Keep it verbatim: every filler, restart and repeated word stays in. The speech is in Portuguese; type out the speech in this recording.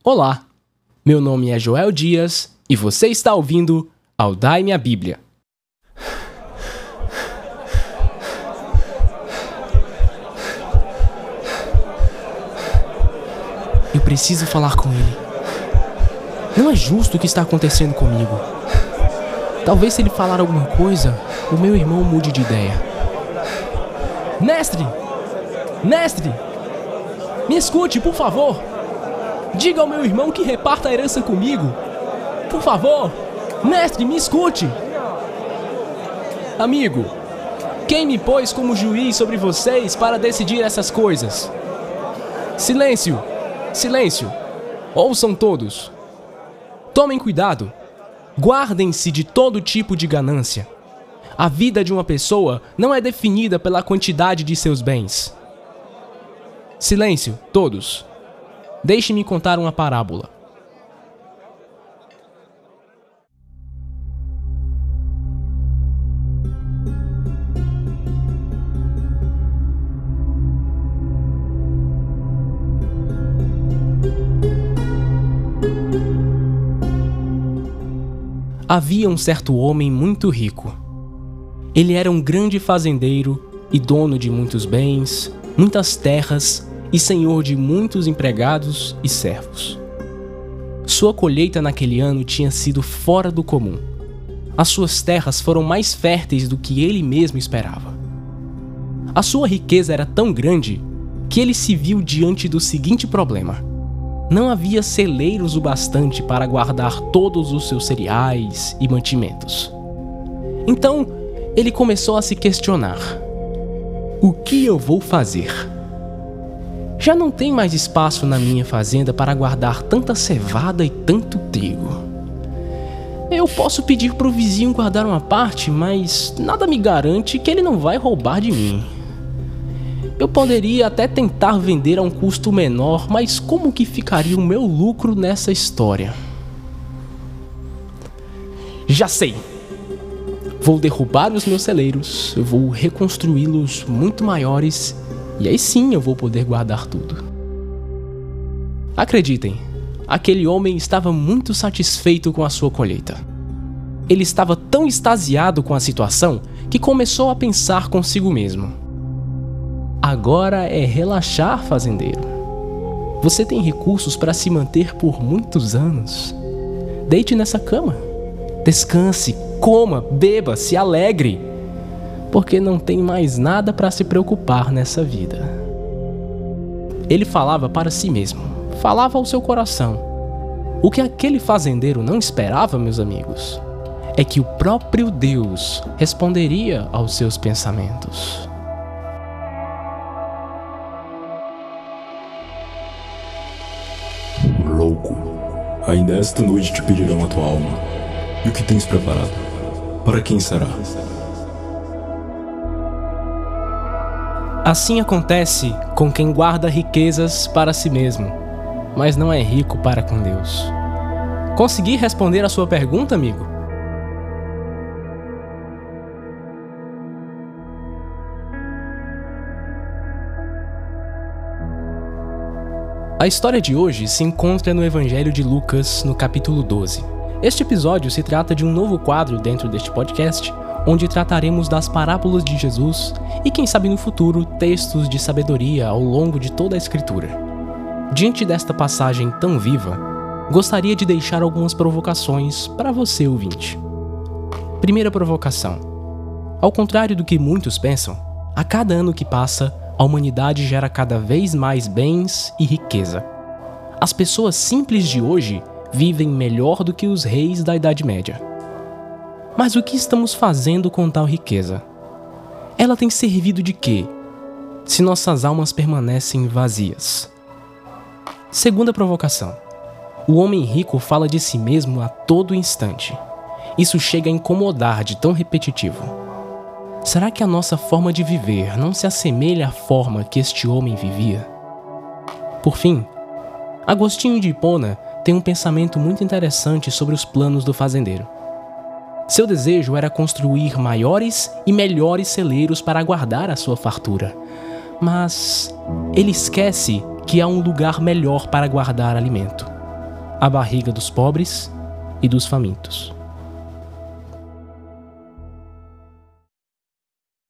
Olá, meu nome é Joel Dias e você está ouvindo ao Dai-me a Bíblia. Eu preciso falar com ele. Não é justo o que está acontecendo comigo. Talvez se ele falar alguma coisa, o meu irmão mude de ideia. Mestre! Mestre! Me escute, por favor! Diga ao meu irmão que reparta a herança comigo. Por favor! Mestre, me escute! Amigo, quem me pôs como juiz sobre vocês para decidir essas coisas? Silêncio! Silêncio! Ouçam todos! Tomem cuidado! Guardem-se de todo tipo de ganância. A vida de uma pessoa não é definida pela quantidade de seus bens. Silêncio, todos! Deixe-me contar uma parábola. Havia um certo homem muito rico. Ele era um grande fazendeiro e dono de muitos bens, muitas terras e senhor de muitos empregados e servos. Sua colheita naquele ano tinha sido fora do comum. As suas terras foram mais férteis do que ele mesmo esperava. A sua riqueza era tão grande que ele se viu diante do seguinte problema: não havia celeiros o bastante para guardar todos os seus cereais e mantimentos. Então, ele começou a se questionar: o que eu vou fazer? Já não tem mais espaço na minha fazenda para guardar tanta cevada e tanto trigo. Eu posso pedir para o vizinho guardar uma parte, mas nada me garante que ele não vai roubar de mim. Eu poderia até tentar vender a um custo menor, mas como que ficaria o meu lucro nessa história? Já sei! Vou derrubar os meus celeiros, eu vou reconstruí-los muito maiores e aí sim eu vou poder guardar tudo. Acreditem, aquele homem estava muito satisfeito com a sua colheita. Ele estava tão extasiado com a situação que começou a pensar consigo mesmo: agora é relaxar, fazendeiro. Você tem recursos para se manter por muitos anos. Deite nessa cama. Descanse, coma, beba, se alegre. Porque não tem mais nada para se preocupar nessa vida. Ele falava para si mesmo. Falava ao seu coração. O que aquele fazendeiro não esperava, meus amigos, é que o próprio Deus responderia aos seus pensamentos. Louco, ainda esta noite te pedirão a tua alma. E o que tens preparado? Para quem será? Assim acontece com quem guarda riquezas para si mesmo, mas não é rico para com Deus. Consegui responder a sua pergunta, amigo? A história de hoje se encontra no Evangelho de Lucas, no capítulo doze. Este episódio se trata de um novo quadro dentro deste podcast, onde trataremos das parábolas de Jesus e, quem sabe no futuro, textos de sabedoria ao longo de toda a Escritura. Diante desta passagem tão viva, gostaria de deixar algumas provocações para você, ouvinte. Primeira provocação. Ao contrário do que muitos pensam, a cada ano que passa, a humanidade gera cada vez mais bens e riqueza. As pessoas simples de hoje vivem melhor do que os reis da Idade Média. Mas o que estamos fazendo com tal riqueza? Ela tem servido de quê, se nossas almas permanecem vazias? Segunda provocação. O homem rico fala de si mesmo a todo instante. Isso chega a incomodar de tão repetitivo. Será que a nossa forma de viver não se assemelha à forma que este homem vivia? Por fim, Agostinho de Hipona tem um pensamento muito interessante sobre os planos do fazendeiro. Seu desejo era construir maiores e melhores celeiros para guardar a sua fartura. Mas ele esquece que há um lugar melhor para guardar alimento. a barriga dos pobres e dos famintos.